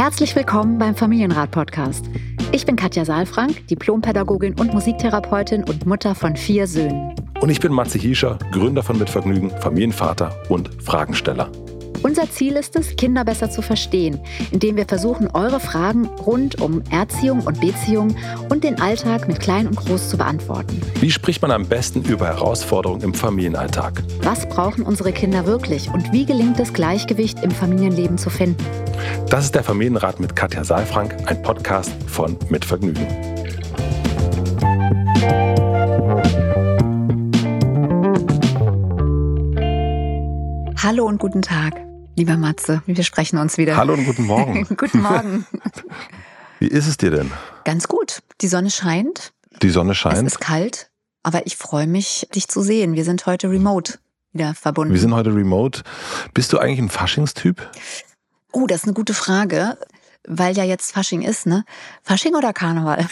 Herzlich willkommen beim Familienrat-Podcast. Ich bin Katja Saalfrank, Diplompädagogin und Musiktherapeutin und Mutter von 4 Söhnen. Und ich bin Matze Hiescher, Gründer von Mit Vergnügen, Familienvater und Fragensteller. Unser Ziel ist es, Kinder besser zu verstehen, indem wir versuchen, eure Fragen rund um Erziehung und Beziehung und den Alltag mit Klein und Groß zu beantworten. Wie spricht man am besten über Herausforderungen im Familienalltag? Was brauchen unsere Kinder wirklich und wie gelingt es, Gleichgewicht im Familienleben zu finden? Das ist der Familienrat mit Katja Saalfrank, ein Podcast von Mit Vergnügen. Hallo und guten Tag, lieber Matze. Wir sprechen uns wieder. Hallo und guten Morgen. Guten Morgen. Wie ist es dir denn? Ganz gut. Die Sonne scheint. Die Sonne scheint. Es ist kalt, aber ich freue mich, dich zu sehen. Wir sind heute remote wieder verbunden. Wir sind heute remote. Bist du eigentlich ein Faschingstyp? Oh, das ist eine gute Frage, weil ja jetzt Fasching ist, ne? Fasching oder Karneval?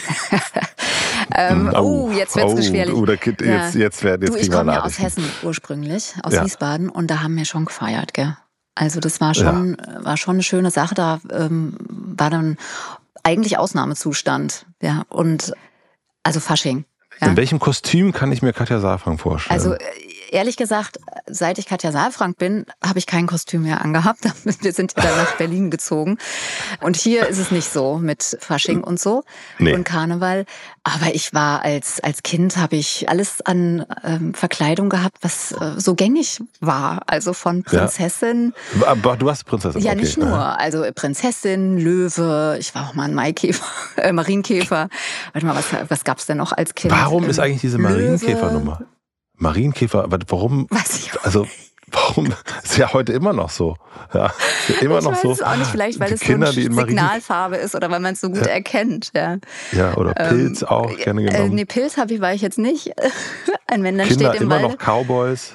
Jetzt wird's gefährlich. Jetzt ich komme ja aus Hessen ursprünglich, aus Wiesbaden, und da haben wir schon gefeiert, gell? Also das war schon eine schöne Sache. Da war dann eigentlich Ausnahmezustand, ja. Und also Fasching. Ja? In welchem Kostüm kann ich mir Katja Saalfrank vorstellen? Also ehrlich gesagt, seit ich Katja Saalfrank bin, habe ich kein Kostüm mehr angehabt. Wir sind dann nach Berlin gezogen. Und hier ist es nicht so mit Fasching und so und Karneval. Aber ich war als Kind, habe ich alles an Verkleidung gehabt, was so gängig war. Also von Prinzessin. Ja. Aber du warst Prinzessin? Ja, okay. Nicht nur. Also Prinzessin, Löwe, ich war auch mal ein Marienkäfer. Warte mal, was gab's denn noch als Kind? Warum ist eigentlich diese Marienkäfernummer? Marienkäfer, aber warum? Weiß ich auch. Also warum? Ist ja heute immer noch so. Ja, immer noch so. Ich weiß es auch nicht, vielleicht weil es Kinder, so eine Signalfarbe ist oder weil man es so gut erkennt. Ja, oder Pilz auch gerne genommen. Nee, Pilz war ich jetzt nicht. Ein Männlein Kinder steht im immer Walde. Noch Cowboys.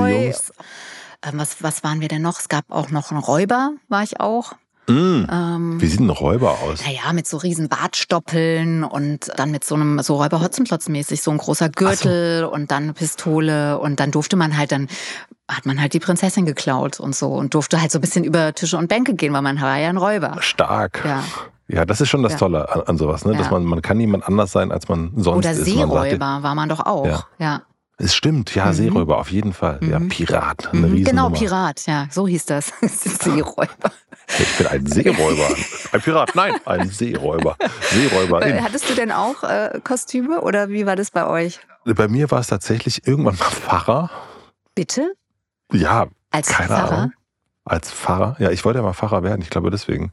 Was waren wir denn noch? Es gab auch noch einen Räuber, war ich auch. Wie sieht ein Räuber aus? Naja, mit so riesen Bartstoppeln und dann mit so einem, so Räuber Hotzenplotz-mäßig, so ein großer Gürtel und dann eine Pistole und dann hat man halt die Prinzessin geklaut und so und durfte halt so ein bisschen über Tische und Bänke gehen, weil man war ja ein Räuber. Stark. Ja, das ist schon das Tolle an sowas, ne? Dass man kann niemand anders sein, als man sonst ist. Oder Seeräuber war man doch auch, ja. Es stimmt, Seeräuber auf jeden Fall. Ja, Pirat, eine Riesennummer. Genau, Pirat, so hieß das. Seeräuber. Ich bin ein Seeräuber. Ein Pirat, nein, ein Seeräuber. Seeräuberin. Hattest du denn auch Kostüme oder wie war das bei euch? Bei mir war es tatsächlich irgendwann mal Pfarrer. Bitte? Ja, als keine Pfarrer? Ahnung. Als Pfarrer? Ja, ich wollte ja mal Pfarrer werden, ich glaube deswegen.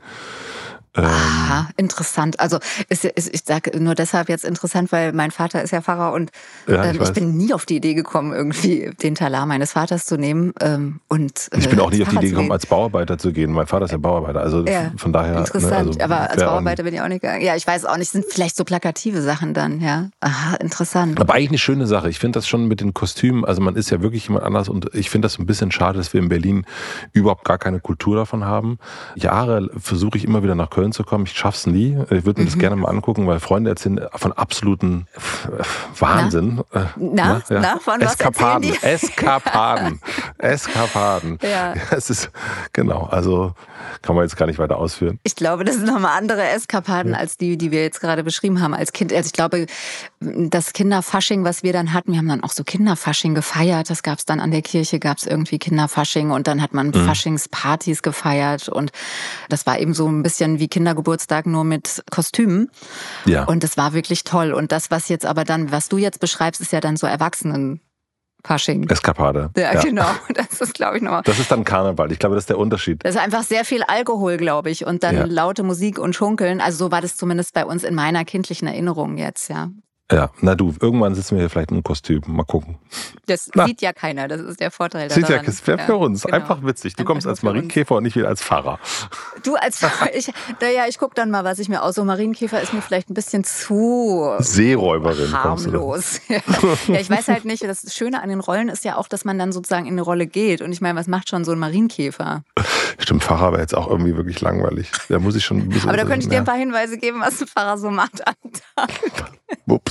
Aha, interessant. Also ich sage nur deshalb jetzt interessant, weil mein Vater ist ja Pfarrer und ich bin nie auf die Idee gekommen, irgendwie den Talar meines Vaters zu nehmen. Ich bin auch nie auf die Idee gekommen, als Bauarbeiter zu gehen. Mein Vater ist ja Bauarbeiter, also von daher. Interessant, aber als Bauarbeiter bin ich auch nicht gegangen. Ja, ich weiß auch nicht, sind vielleicht so plakative Sachen dann, ja. Aha, interessant. Aber eigentlich eine schöne Sache. Ich finde das schon mit den Kostümen, also man ist ja wirklich jemand anders und ich finde das ein bisschen schade, dass wir in Berlin überhaupt gar keine Kultur davon haben. Jahre versuche ich immer wieder nach Köln zu kommen. Ich schaff's nie. Ich würde mir das gerne mal angucken, weil Freunde erzählen von absoluten Wahnsinn. Von Eskapaden. Was Eskapaden. Ja, es ist, genau, also kann man jetzt gar nicht weiter ausführen. Ich glaube, das sind nochmal andere Eskapaden als die wir jetzt gerade beschrieben haben als Kind. Also ich glaube, das Kinderfasching, was wir dann hatten, wir haben dann auch so Kinderfasching gefeiert. Das gab es dann an der Kirche, gab es irgendwie Kinderfasching und dann hat man Faschingspartys gefeiert und das war eben so ein bisschen wie Kindergeburtstag, nur mit Kostümen. Ja. Und das war wirklich toll. Und das, was du jetzt beschreibst, ist ja dann so Erwachsenen-Fasching. Eskapade. Ja, genau. Das ist, glaube ich, nochmal. Das ist dann Karneval. Ich glaube, das ist der Unterschied. Das ist einfach sehr viel Alkohol, glaube ich. Und dann laute Musik und Schunkeln. Also so war das zumindest bei uns in meiner kindlichen Erinnerung jetzt, ja. Ja, irgendwann sitzen wir hier vielleicht in einem Kostüm. Mal gucken. Das sieht ja keiner, das ist der Vorteil daran. Das wäre für uns einfach witzig. Du kommst als Marienkäfer und nicht wieder als Pfarrer. Du als Pfarrer, ich gucke dann mal, was ich mir aus. So Marienkäfer ist mir vielleicht ein bisschen zu Seeräuberin. Harmlos. Ja, ich weiß halt nicht, das Schöne an den Rollen ist ja auch, dass man dann sozusagen in eine Rolle geht. Und ich meine, was macht schon so ein Marienkäfer? Stimmt, Pfarrer wäre jetzt auch irgendwie wirklich langweilig. Da muss ich schon ein bisschen. Aber da könnte ich dir ein paar Hinweise geben, was ein Pfarrer so macht am Tag. Ups.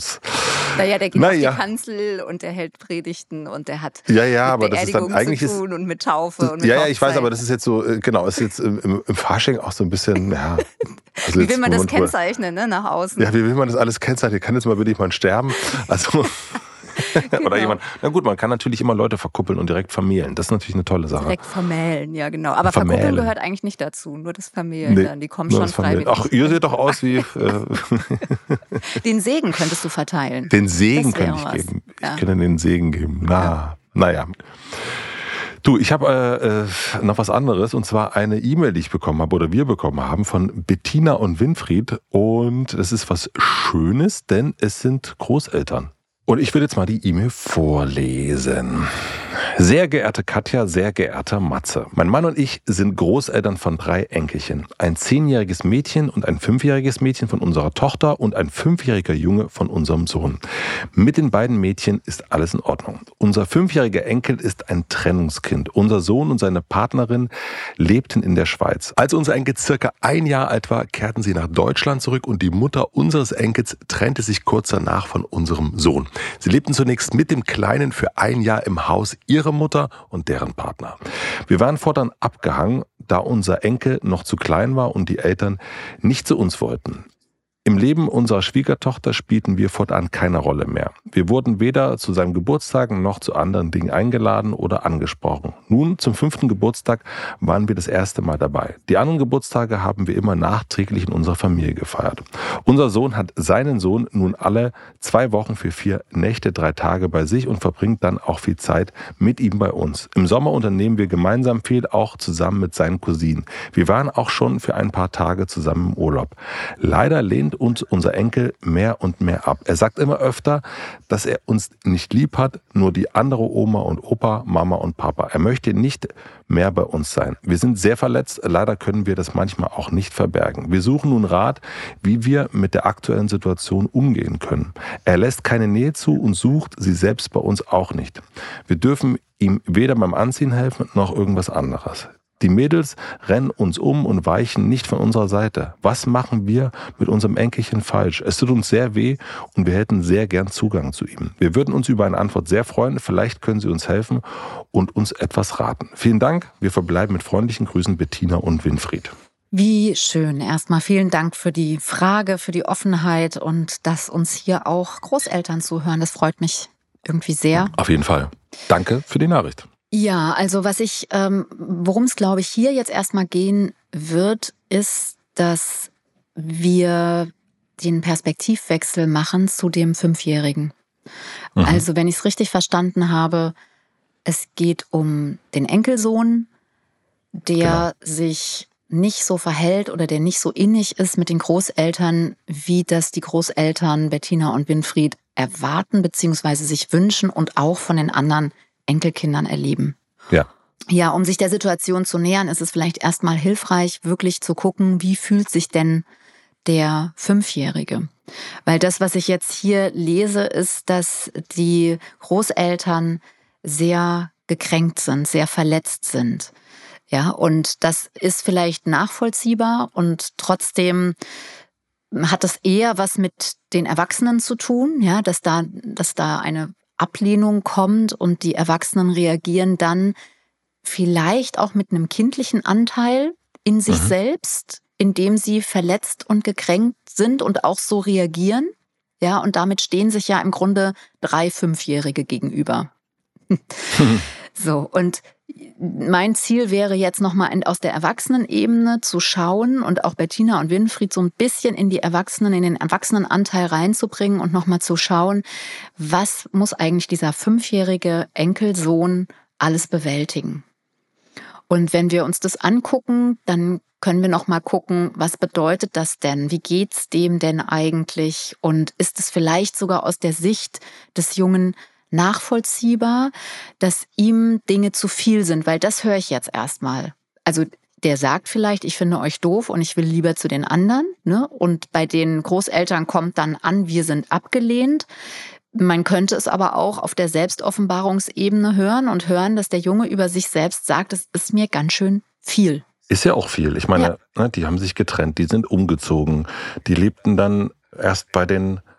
Naja, der geht auf die Kanzel und der hält Predigten und der hat mit aber das ist dann eigentlich zu tun und mit Taufe und mit Ja, ich weiß, aber das ist jetzt so, genau, ist jetzt im Fasching auch so ein bisschen, ja. Also wie will man das kennzeichnen, ne, nach außen? Ja, wie will man das alles kennzeichnen? Kann jetzt mal wirklich mal sterben? Also... Genau. Oder jemand, na gut, man kann natürlich immer Leute verkuppeln und direkt vermählen. Das ist natürlich eine tolle Sache. Direkt vermählen, ja genau. Aber verkuppeln gehört eigentlich nicht dazu, nur das Vermählen dann. Die kommen schon freiwillig. Ach, ihr seht doch aus wie... Den Segen könntest du verteilen. Den Segen könnte ich geben. Ja. Ich könnte den Segen geben. Naja. Du, ich habe noch was anderes, und zwar eine E-Mail, die ich bekommen habe oder wir bekommen haben von Bettina und Winfried. Und das ist was Schönes, denn es sind Großeltern. Und ich will jetzt mal die E-Mail vorlesen. Sehr geehrte Katja, sehr geehrter Matze. Mein Mann und ich sind Großeltern von 3 Enkelchen. Ein 10-jähriges Mädchen und ein 5-jähriges Mädchen von unserer Tochter und ein 5-jähriger Junge von unserem Sohn. Mit den beiden Mädchen ist alles in Ordnung. Unser 5-jähriger Enkel ist ein Trennungskind. Unser Sohn und seine Partnerin lebten in der Schweiz. Als unser Enkel circa 1 Jahr alt war, kehrten sie nach Deutschland zurück und die Mutter unseres Enkels trennte sich kurz danach von unserem Sohn. Sie lebten zunächst mit dem Kleinen für 1 Jahr im Haus ihrer Mutter und deren Partner. Wir waren fortan abgehangen, da unser Enkel noch zu klein war und die Eltern nicht zu uns wollten. Im Leben unserer Schwiegertochter spielten wir fortan keine Rolle mehr. Wir wurden weder zu seinem Geburtstag noch zu anderen Dingen eingeladen oder angesprochen. Nun, zum 5. Geburtstag waren wir das erste Mal dabei. Die anderen Geburtstage haben wir immer nachträglich in unserer Familie gefeiert. Unser Sohn hat seinen Sohn nun alle 2 Wochen für 4 Nächte, 3 Tage bei sich und verbringt dann auch viel Zeit mit ihm bei uns. Im Sommer unternehmen wir gemeinsam viel, auch zusammen mit seinen Cousinen. Wir waren auch schon für ein paar Tage zusammen im Urlaub. Leider lehnt uns unser Enkel mehr und mehr ab. Er sagt immer öfter, dass er uns nicht lieb hat, nur die andere Oma und Opa, Mama und Papa. Er möchte nicht mehr bei uns sein. Wir sind sehr verletzt, leider können wir das manchmal auch nicht verbergen. Wir suchen nun Rat, wie wir mit der aktuellen Situation umgehen können. Er lässt keine Nähe zu und sucht sie selbst bei uns auch nicht. Wir dürfen ihm weder beim Anziehen helfen, noch irgendwas anderes. Die Mädels rennen uns um und weichen nicht von unserer Seite. Was machen wir mit unserem Enkelchen falsch? Es tut uns sehr weh und wir hätten sehr gern Zugang zu ihm. Wir würden uns über eine Antwort sehr freuen. Vielleicht können Sie uns helfen und uns etwas raten. Vielen Dank. Wir verbleiben mit freundlichen Grüßen, Bettina und Winfried. Wie schön. Erstmal vielen Dank für die Frage, für die Offenheit und dass uns hier auch Großeltern zuhören. Das freut mich irgendwie sehr. Auf jeden Fall. Danke für die Nachricht. Ja, also worum es, glaube ich, hier jetzt erstmal gehen wird, ist, dass wir den Perspektivwechsel machen zu dem 5-Jährigen. Mhm. Also, wenn ich es richtig verstanden habe, es geht um den Enkelsohn, der sich nicht so verhält oder der nicht so innig ist mit den Großeltern, wie das die Großeltern Bettina und Winfried erwarten bzw. sich wünschen und auch von den anderen Enkelkindern erleben. Ja. Ja, um sich der Situation zu nähern, ist es vielleicht erstmal hilfreich, wirklich zu gucken, wie fühlt sich denn der 5-Jährige? Weil das, was ich jetzt hier lese, ist, dass die Großeltern sehr gekränkt sind, sehr verletzt sind. Ja, und das ist vielleicht nachvollziehbar und trotzdem hat es eher was mit den Erwachsenen zu tun, ja, dass da eine Ablehnung kommt und die Erwachsenen reagieren dann vielleicht auch mit einem kindlichen Anteil in sich selbst, indem sie verletzt und gekränkt sind und auch so reagieren. Ja, und damit stehen sich ja im Grunde 3 5-Jährige gegenüber. So, und mein Ziel wäre jetzt nochmal aus der Erwachsenenebene zu schauen und auch Bettina und Winfried so ein bisschen in den Erwachsenenanteil reinzubringen und nochmal zu schauen, was muss eigentlich dieser 5-jährige Enkelsohn alles bewältigen. Und wenn wir uns das angucken, dann können wir nochmal gucken, was bedeutet das denn? Wie geht's dem denn eigentlich? Und ist es vielleicht sogar aus der Sicht des Jungen nachvollziehbar, dass ihm Dinge zu viel sind, weil das höre ich jetzt erstmal. Also der sagt vielleicht, ich finde euch doof und ich will lieber zu den anderen, ne? Und bei den Großeltern kommt dann an, wir sind abgelehnt. Man könnte es aber auch auf der Selbstoffenbarungsebene hören, dass der Junge über sich selbst sagt, es ist mir ganz schön viel. Ist ja auch viel. Ich meine, die haben sich getrennt, die sind umgezogen, die lebten dann erst bei den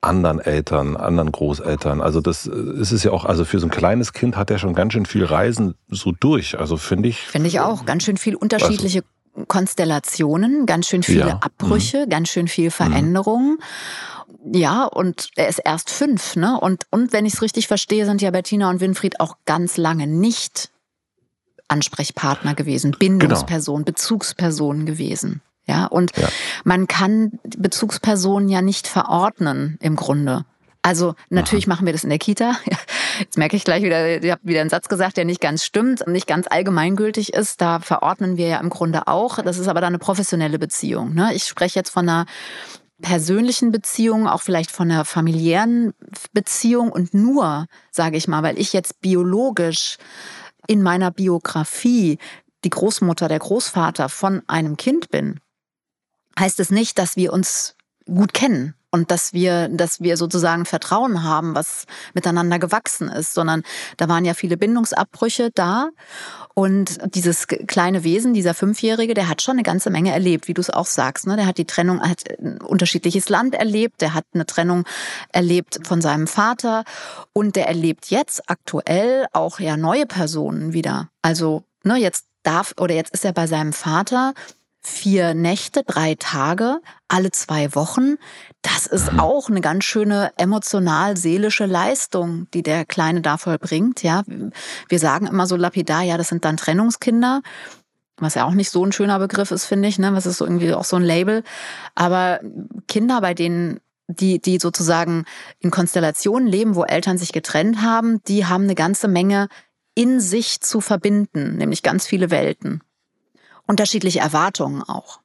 anderen Eltern, anderen Großeltern. Also das ist es ja auch, also für so ein kleines Kind hat er schon ganz schön viel Reisen so durch. Also finde ich. Finde ich auch. Ganz schön viel unterschiedliche Konstellationen, ganz schön viele Abbrüche, ganz schön viel Veränderungen. Ja, und er ist erst 5, ne? Und wenn ich es richtig verstehe, sind ja Bettina und Winfried auch ganz lange nicht Ansprechpartner gewesen, Bindungsperson, Bezugsperson gewesen. Ja, und man kann Bezugspersonen ja nicht verordnen im Grunde. Also natürlich machen wir das in der Kita. Jetzt merke ich gleich wieder, ich habe wieder einen Satz gesagt, der nicht ganz stimmt und nicht ganz allgemeingültig ist. Da verordnen wir ja im Grunde auch. Das ist aber dann eine professionelle Beziehung. Ne? Ich spreche jetzt von einer persönlichen Beziehung, auch vielleicht von einer familiären Beziehung und nur, sage ich mal, weil ich jetzt biologisch in meiner Biografie die Großmutter, der Großvater von einem Kind bin, heißt es nicht, dass wir uns gut kennen und dass wir sozusagen Vertrauen haben, was miteinander gewachsen ist, sondern da waren ja viele Bindungsabbrüche da und dieses kleine Wesen, dieser 5-Jährige, der hat schon eine ganze Menge erlebt, wie du es auch sagst, ne? Der hat die Trennung, hat ein unterschiedliches Land erlebt, der hat eine Trennung erlebt von seinem Vater und der erlebt jetzt aktuell auch ja neue Personen wieder. Also, ne, jetzt ist er bei seinem Vater 4 Nächte, 3 Tage, alle 2 Wochen. Das ist auch eine ganz schöne emotional-seelische Leistung, die der Kleine da vollbringt. Ja, wir sagen immer so lapidar, ja, das sind dann Trennungskinder, was ja auch nicht so ein schöner Begriff ist, finde ich. Ne, was ist so irgendwie auch so ein Label. Aber Kinder, bei denen die sozusagen in Konstellationen leben, wo Eltern sich getrennt haben, die haben eine ganze Menge in sich zu verbinden, nämlich ganz viele Welten. Unterschiedliche Erwartungen auch.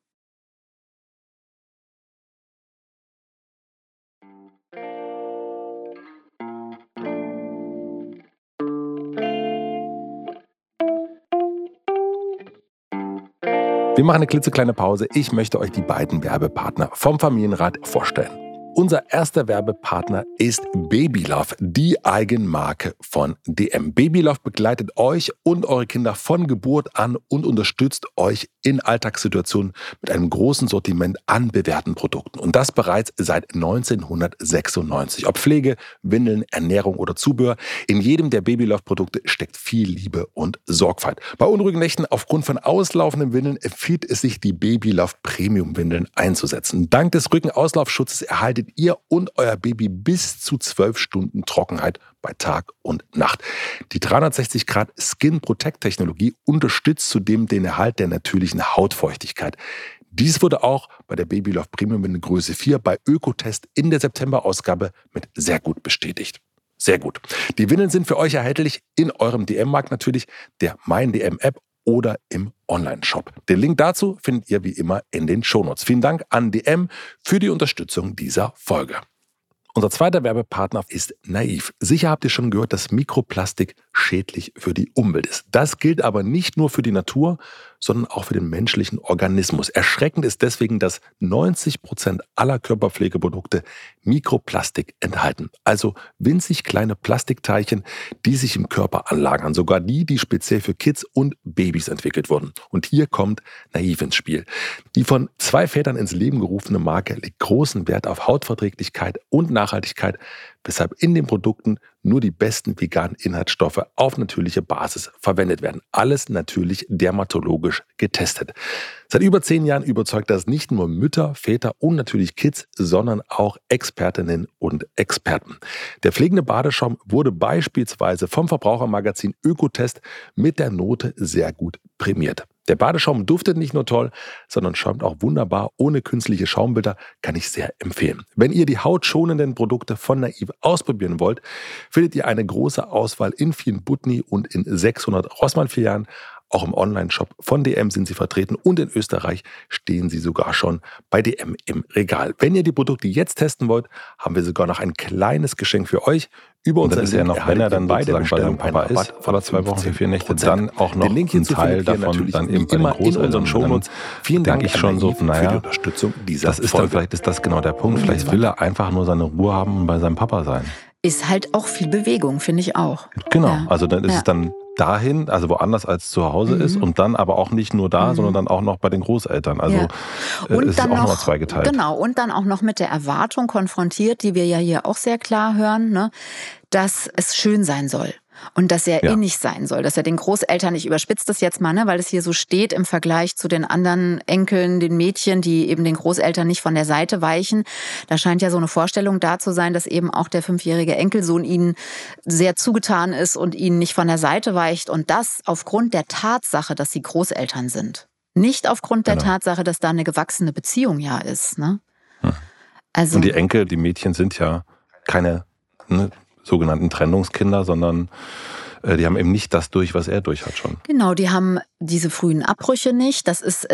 Wir machen eine klitzekleine Pause. Ich möchte euch die beiden Werbepartner vom Familienrat vorstellen. Unser erster Werbepartner ist Babylove, die Eigenmarke von DM. Babylove begleitet euch und eure Kinder von Geburt an und unterstützt euch in Alltagssituationen mit einem großen Sortiment an bewährten Produkten. Und das bereits seit 1996. Ob Pflege, Windeln, Ernährung oder Zubehör, in jedem der Babylove-Produkte steckt viel Liebe und Sorgfalt. Bei unruhigen Nächten aufgrund von auslaufenden Windeln empfiehlt es sich, die Babylove Premium-Windeln einzusetzen. Dank des Rückenauslaufschutzes erhaltet ihr und euer Baby bis zu 12 Stunden Trockenheit bei Tag und Nacht. Die 360° Skin Protect Technologie unterstützt zudem den Erhalt der natürlichen Hautfeuchtigkeit. Dies wurde auch bei der Babylove Premium Windel Größe 4 bei Ökotest in der September-Ausgabe mit sehr gut bestätigt. Sehr gut. Die Windeln sind für euch erhältlich in eurem DM-Markt natürlich, der MeinDM-App oder im Online-Shop. Den Link dazu findet ihr wie immer in den Shownotes. Vielen Dank an DM für die Unterstützung dieser Folge. Unser zweiter Werbepartner ist Naiv. Sicher habt ihr schon gehört, dass Mikroplastik schädlich für die Umwelt ist. Das gilt aber nicht nur für die Natur, sondern auch für den menschlichen Organismus. Erschreckend ist deswegen, dass 90% aller Körperpflegeprodukte Mikroplastik enthalten. Also winzig kleine Plastikteilchen, die sich im Körper anlagern. Sogar die speziell für Kids und Babys entwickelt wurden. Und hier kommt Naiv ins Spiel. Die von 2 Vätern ins Leben gerufene Marke legt großen Wert auf Hautverträglichkeit und Nachhaltigkeit, weshalb in den Produkten nur die besten veganen Inhaltsstoffe auf natürliche Basis verwendet werden. Alles natürlich dermatologisch getestet. Seit über 10 Jahren überzeugt das nicht nur Mütter, Väter und natürlich Kids, sondern auch Expertinnen und Experten. Der pflegende Badeschaum wurde beispielsweise vom Verbrauchermagazin Ökotest mit der Note sehr gut prämiert. Der Badeschaum duftet nicht nur toll, sondern schäumt auch wunderbar ohne künstliche Schaumbilder, kann ich sehr empfehlen. Wenn ihr die hautschonenden Produkte von Naiv ausprobieren wollt, findet ihr eine große Auswahl in vielen Butni und in 600 Rossmann-Filialen. Auch im Online-Shop von DM sind sie vertreten und in Österreich stehen sie sogar schon bei DM im Regal. Wenn ihr die Produkte jetzt testen wollt, haben wir sogar noch ein kleines Geschenk für euch. Über uns ist ja noch, wenn er dann sozusagen bei seinem Papa ist, aber 2 Wochen für 4 Nächte, dann auch noch ein Teil davon dann eben bei den Großeltern. Shownotes. Vielen Dank ich schon so, für die Unterstützung dieser das ist Folge. Dann, vielleicht ist das genau der Punkt. Vielleicht will er einfach nur seine Ruhe haben und bei seinem Papa sein. ist halt auch viel Bewegung, finde ich auch. Genau, ja. Also dann ist es dann dahin, also woanders als zu Hause ist und dann aber auch nicht nur da, sondern dann auch noch bei den Großeltern. Also und ist dann es auch nochmal zweigeteilt. Genau, und dann auch noch mit der Erwartung konfrontiert, die wir ja hier auch sehr klar hören, ne, dass es schön sein soll. Und dass er innig sein soll, dass er den Großeltern, ich überspitze das jetzt mal, ne, weil es hier so steht im Vergleich zu den anderen Enkeln, den Mädchen, die eben den Großeltern nicht von der Seite weichen. Da scheint ja so eine Vorstellung da zu sein, dass eben auch der 5-jährige Enkelsohn ihnen sehr zugetan ist und ihnen nicht von der Seite weicht. Und das aufgrund der Tatsache, dass sie Großeltern sind. Nicht aufgrund der Tatsache, dass da eine gewachsene Beziehung ja ist. Ne? Also, und die Enkel, die Mädchen sind ja keine sogenannten Trennungskinder, sondern die haben eben nicht das durch, was er durch hat schon. Genau, die haben diese frühen Abbrüche nicht. Das ist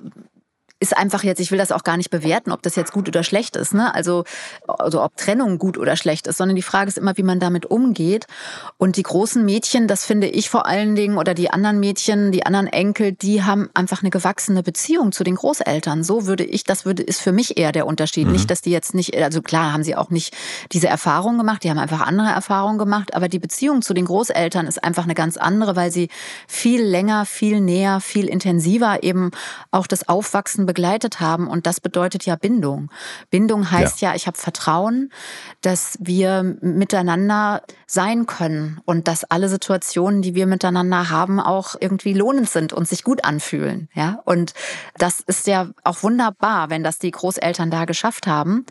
einfach jetzt, ich will das auch gar nicht bewerten, ob das jetzt gut oder schlecht ist, ne? Also ob Trennung gut oder schlecht ist, sondern die Frage ist immer, wie man damit umgeht. Und die großen Mädchen, das finde ich vor allen Dingen, oder die anderen Mädchen, die anderen Enkel, die haben einfach eine gewachsene Beziehung zu den Großeltern. So ist für mich eher der Unterschied. Nicht, dass die jetzt nicht, also klar haben sie auch nicht diese Erfahrung gemacht, die haben einfach andere Erfahrungen gemacht, aber die Beziehung zu den Großeltern ist einfach eine ganz andere, weil sie viel länger, viel näher, viel intensiver eben auch das Aufwachsen begleitet haben, und das bedeutet ja Bindung. Bindung heißt ja, ich habe Vertrauen, dass wir miteinander sein können und dass alle Situationen, die wir miteinander haben, auch irgendwie lohnend sind und sich gut anfühlen. Ja? Und das ist ja auch wunderbar, wenn das die Großeltern da geschafft haben,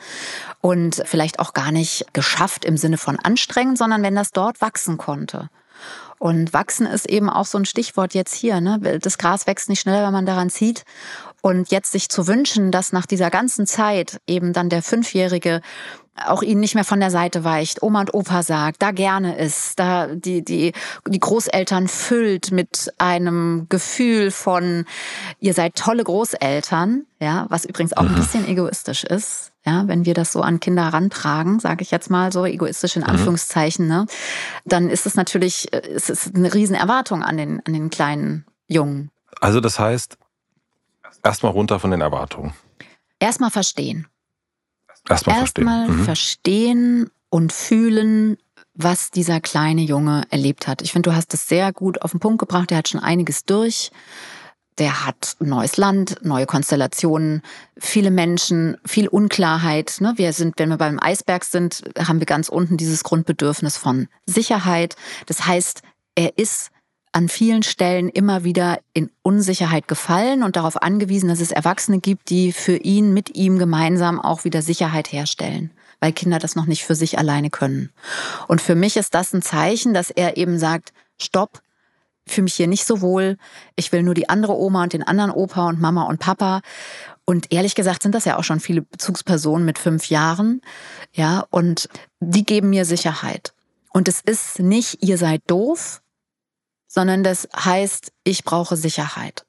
und vielleicht auch gar nicht geschafft im Sinne von anstrengend, sondern wenn das dort wachsen konnte. Und wachsen ist eben auch so ein Stichwort jetzt hier, ne? Das Gras wächst nicht schneller, wenn man daran zieht. Und jetzt sich zu wünschen, dass nach dieser ganzen Zeit eben dann der 5-Jährige auch ihnen nicht mehr von der Seite weicht, Oma und Opa sagt, da gerne ist, da die Großeltern füllt mit einem Gefühl von, ihr seid tolle Großeltern, ja, was übrigens auch ein bisschen egoistisch ist, ja, wenn wir das so an Kinder rantragen, sage ich jetzt mal so egoistisch in Anführungszeichen, ne, dann ist es natürlich, es ist eine Riesenerwartung an den kleinen Jungen. Also das heißt, erstmal runter von den Erwartungen. Erstmal verstehen. Erstmal verstehen und fühlen, was dieser kleine Junge erlebt hat. Ich finde, du hast es sehr gut auf den Punkt gebracht. Der hat schon einiges durch. Der hat ein neues Land, neue Konstellationen, viele Menschen, viel Unklarheit. Wenn wir beim Eisberg sind, haben wir ganz unten dieses Grundbedürfnis von Sicherheit. Das heißt, er ist an vielen Stellen immer wieder in Unsicherheit gefallen und darauf angewiesen, dass es Erwachsene gibt, die für ihn, mit ihm gemeinsam auch wieder Sicherheit herstellen, weil Kinder das noch nicht für sich alleine können. Und für mich ist das ein Zeichen, dass er eben sagt, stopp, ich fühle mich hier nicht so wohl, ich will nur die andere Oma und den anderen Opa und Mama und Papa. Und ehrlich gesagt sind das ja auch schon viele Bezugspersonen mit 5 Jahren, ja, und die geben mir Sicherheit. Und es ist nicht, ihr seid doof, sondern das heißt, ich brauche Sicherheit.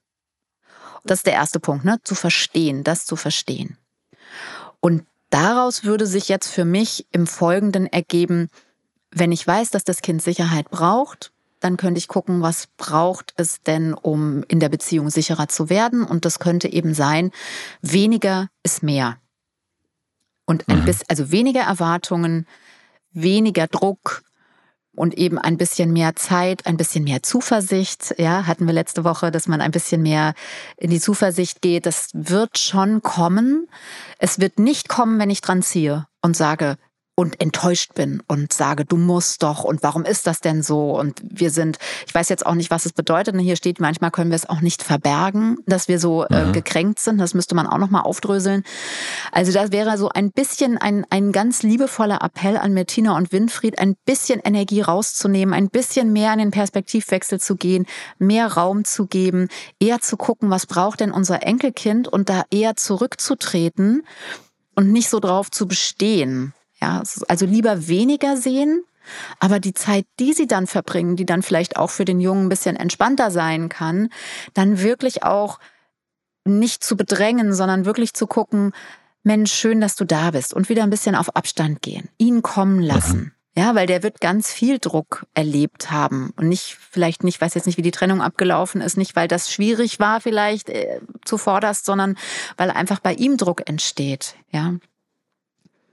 Das ist der erste Punkt, ne? Das zu verstehen. Und daraus würde sich jetzt für mich im Folgenden ergeben, wenn ich weiß, dass das Kind Sicherheit braucht, dann könnte ich gucken, was braucht es denn, um in der Beziehung sicherer zu werden. Und das könnte eben sein, weniger ist mehr. Und also weniger Erwartungen, weniger Druck, und eben ein bisschen mehr Zeit, ein bisschen mehr Zuversicht. Ja, hatten wir letzte Woche, dass man ein bisschen mehr in die Zuversicht geht. Das wird schon kommen. Es wird nicht kommen, wenn ich dran ziehe und sage und enttäuscht bin und sage, du musst doch und warum ist das denn so? Und ich weiß jetzt auch nicht, was es bedeutet. Und hier steht, manchmal können wir es auch nicht verbergen, dass wir so gekränkt sind. Das müsste man auch nochmal aufdröseln. Also das wäre so ein bisschen ein ganz liebevoller Appell an Bettina und Winfried, ein bisschen Energie rauszunehmen, ein bisschen mehr in den Perspektivwechsel zu gehen, mehr Raum zu geben, eher zu gucken, was braucht denn unser Enkelkind und da eher zurückzutreten und nicht so drauf zu bestehen. Ja, also lieber weniger sehen, aber die Zeit, die sie dann verbringen, die dann vielleicht auch für den Jungen ein bisschen entspannter sein kann, dann wirklich auch nicht zu bedrängen, sondern wirklich zu gucken, Mensch, schön, dass du da bist und wieder ein bisschen auf Abstand gehen, ihn kommen lassen. Ja, weil der wird ganz viel Druck erlebt haben und vielleicht nicht, weiß jetzt nicht, wie die Trennung abgelaufen ist, nicht weil das schwierig war vielleicht zuvorderst, sondern weil einfach bei ihm Druck entsteht, ja.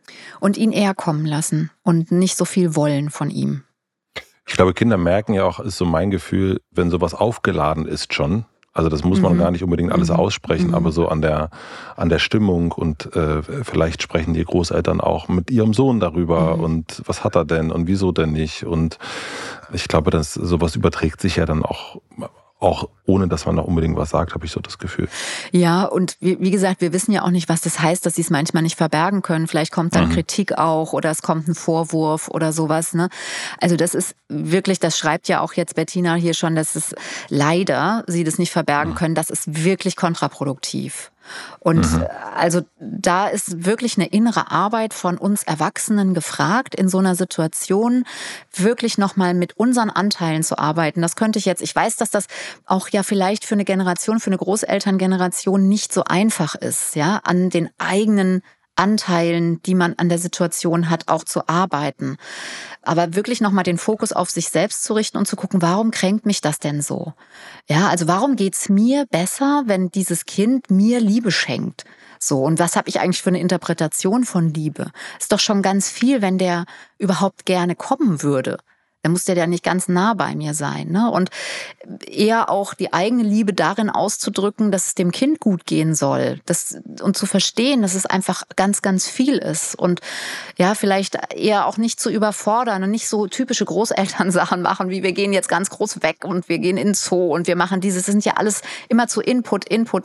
Und ihn eher kommen lassen und nicht so viel wollen von ihm. Ich glaube, Kinder merken ja auch, ist so mein Gefühl, wenn sowas aufgeladen ist schon, also das muss man gar nicht unbedingt alles aussprechen, aber so an der Stimmung und vielleicht sprechen die Großeltern auch mit ihrem Sohn darüber und was hat er denn und wieso denn nicht, und ich glaube, dass sowas überträgt sich ja dann auch ohne, dass man da unbedingt was sagt, habe ich so das Gefühl. Ja, und wie gesagt, wir wissen ja auch nicht, was das heißt, dass sie es manchmal nicht verbergen können. Vielleicht kommt dann Kritik auch oder es kommt ein Vorwurf oder sowas, ne? Also das ist wirklich, das schreibt ja auch jetzt Bettina hier schon, dass es leider sie das nicht verbergen können. Das ist wirklich kontraproduktiv. Und also da ist wirklich eine innere Arbeit von uns Erwachsenen gefragt, in so einer Situation wirklich nochmal mit unseren Anteilen zu arbeiten. Das könnte ich jetzt, ich weiß, dass das auch ja vielleicht für eine Generation, für eine Großelterngeneration nicht so einfach ist, ja, an den eigenen Anteilen, die man an der Situation hat, auch zu arbeiten. Aber wirklich nochmal den Fokus auf sich selbst zu richten und zu gucken, warum kränkt mich das denn so? Ja, also warum geht's mir besser, wenn dieses Kind mir Liebe schenkt? So, und was habe ich eigentlich für eine Interpretation von Liebe? Ist doch schon ganz viel, wenn der überhaupt gerne kommen würde. Dann muss der ja nicht ganz nah bei mir sein, ne? Und eher auch die eigene Liebe darin auszudrücken, dass es dem Kind gut gehen soll. Und zu verstehen, dass es einfach ganz, ganz viel ist. Und ja, vielleicht eher auch nicht zu überfordern und nicht so typische Großelternsachen machen, wie wir gehen jetzt ganz groß weg und wir gehen in den Zoo und wir machen dieses. Das sind ja alles immer zu Input,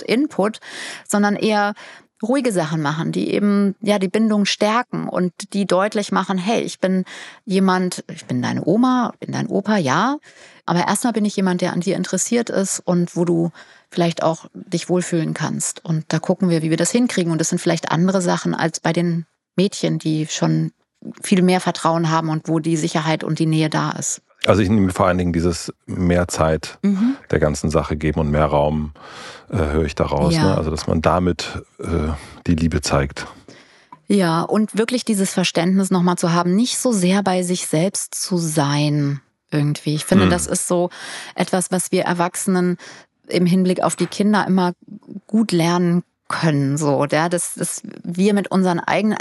sondern eher ruhige Sachen machen, die eben ja die Bindung stärken und die deutlich machen, hey, ich bin deine Oma, bin dein Opa, ja, aber erstmal bin ich jemand, der an dir interessiert ist und wo du vielleicht auch dich wohlfühlen kannst. Und da gucken wir, wie wir das hinkriegen. Und das sind vielleicht andere Sachen als bei den Mädchen, die schon viel mehr Vertrauen haben und wo die Sicherheit und die Nähe da ist. Also ich nehme vor allen Dingen dieses mehr Zeit der ganzen Sache geben und mehr Raum, höre ich daraus. Ja. Ne? Also dass man damit die Liebe zeigt. Ja, und wirklich dieses Verständnis nochmal zu haben, nicht so sehr bei sich selbst zu sein irgendwie. Ich finde, das ist so etwas, was wir Erwachsenen im Hinblick auf die Kinder immer gut lernen können. So, ja, dass wir mit unseren eigenen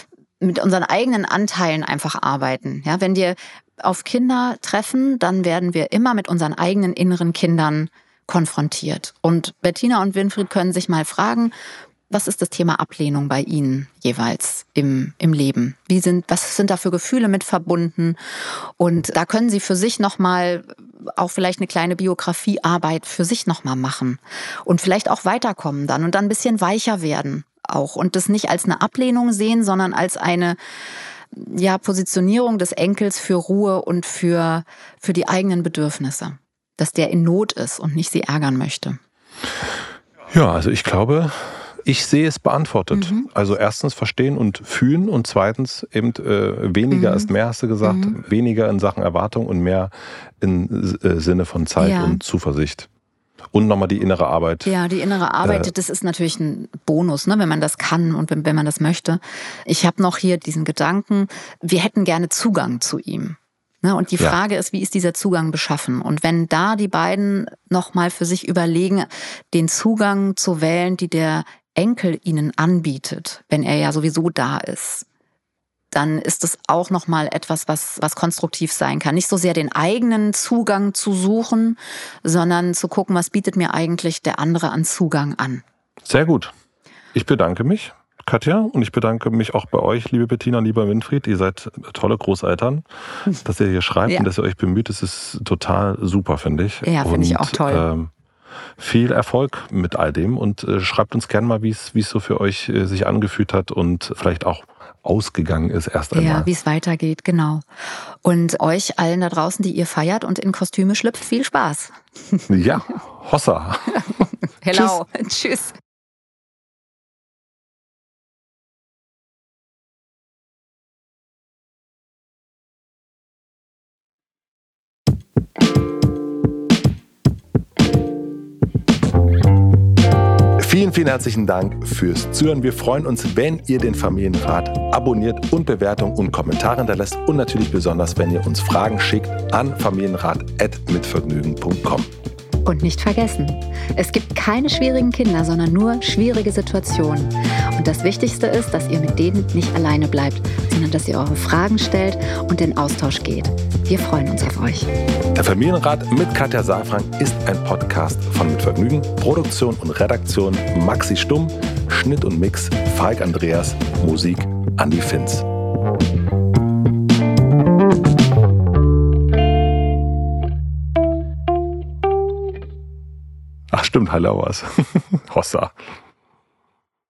Anteilen einfach arbeiten. Ja, wenn wir auf Kinder treffen, dann werden wir immer mit unseren eigenen inneren Kindern konfrontiert. Und Bettina und Winfried können sich mal fragen, was ist das Thema Ablehnung bei Ihnen jeweils im Leben? Was sind da für Gefühle mit verbunden? Und da können Sie für sich nochmal auch vielleicht eine kleine Biografiearbeit für sich nochmal machen. Und vielleicht auch weiterkommen dann und dann ein bisschen weicher werden auch. Und das nicht als eine Ablehnung sehen, sondern als eine Positionierung des Enkels für Ruhe und für die eigenen Bedürfnisse. Dass der in Not ist und nicht sie ärgern möchte. Ja, also ich glaube, ich sehe es beantwortet. Also erstens verstehen und fühlen und zweitens eben weniger ist mehr, hast du gesagt. Weniger in Sachen Erwartung und mehr im Sinne von Zeit und Zuversicht. Und nochmal die innere Arbeit. Ja, die innere Arbeit, das ist natürlich ein Bonus, ne, wenn man das kann und wenn man das möchte. Ich habe noch hier diesen Gedanken, wir hätten gerne Zugang zu ihm. Ne, und die Frage ist, wie ist dieser Zugang beschaffen? Und wenn da die beiden nochmal für sich überlegen, den Zugang zu wählen, die der Enkel ihnen anbietet, wenn er ja sowieso da ist, dann ist es auch nochmal etwas, was konstruktiv sein kann. Nicht so sehr den eigenen Zugang zu suchen, sondern zu gucken, was bietet mir eigentlich der andere an Zugang an. Sehr gut. Ich bedanke mich, Katja, und ich bedanke mich auch bei euch, liebe Bettina, lieber Winfried. Ihr seid tolle Großeltern, dass ihr hier schreibt und dass ihr euch bemüht. Das ist total super, finde ich. Ja, finde ich auch toll. Viel Erfolg mit all dem und schreibt uns gerne mal, wie es so für euch sich angefühlt hat und vielleicht auch ausgegangen ist erst einmal. Ja, wie es weitergeht, genau. Und euch allen da draußen, die ihr feiert und in Kostüme schlüpft, viel Spaß. Ja, Hossa. Hello. Tschüss. Vielen, vielen herzlichen Dank fürs Zuhören. Wir freuen uns, wenn ihr den Familienrat abonniert und Bewertungen und Kommentare hinterlässt und natürlich besonders, wenn ihr uns Fragen schickt an familienrat@mitvergnügen.com. Und nicht vergessen, es gibt keine schwierigen Kinder, sondern nur schwierige Situationen. Und das Wichtigste ist, dass ihr mit denen nicht alleine bleibt, sondern dass ihr eure Fragen stellt und in Austausch geht. Wir freuen uns auf euch. Der Familienrat mit Katja Saalfrank ist ein Podcast von Mit Vergnügen. Produktion und Redaktion Maxi Stumm, Schnitt und Mix Falk Andreas, Musik Andi Finz. Ach stimmt, Halle war's. Hossa.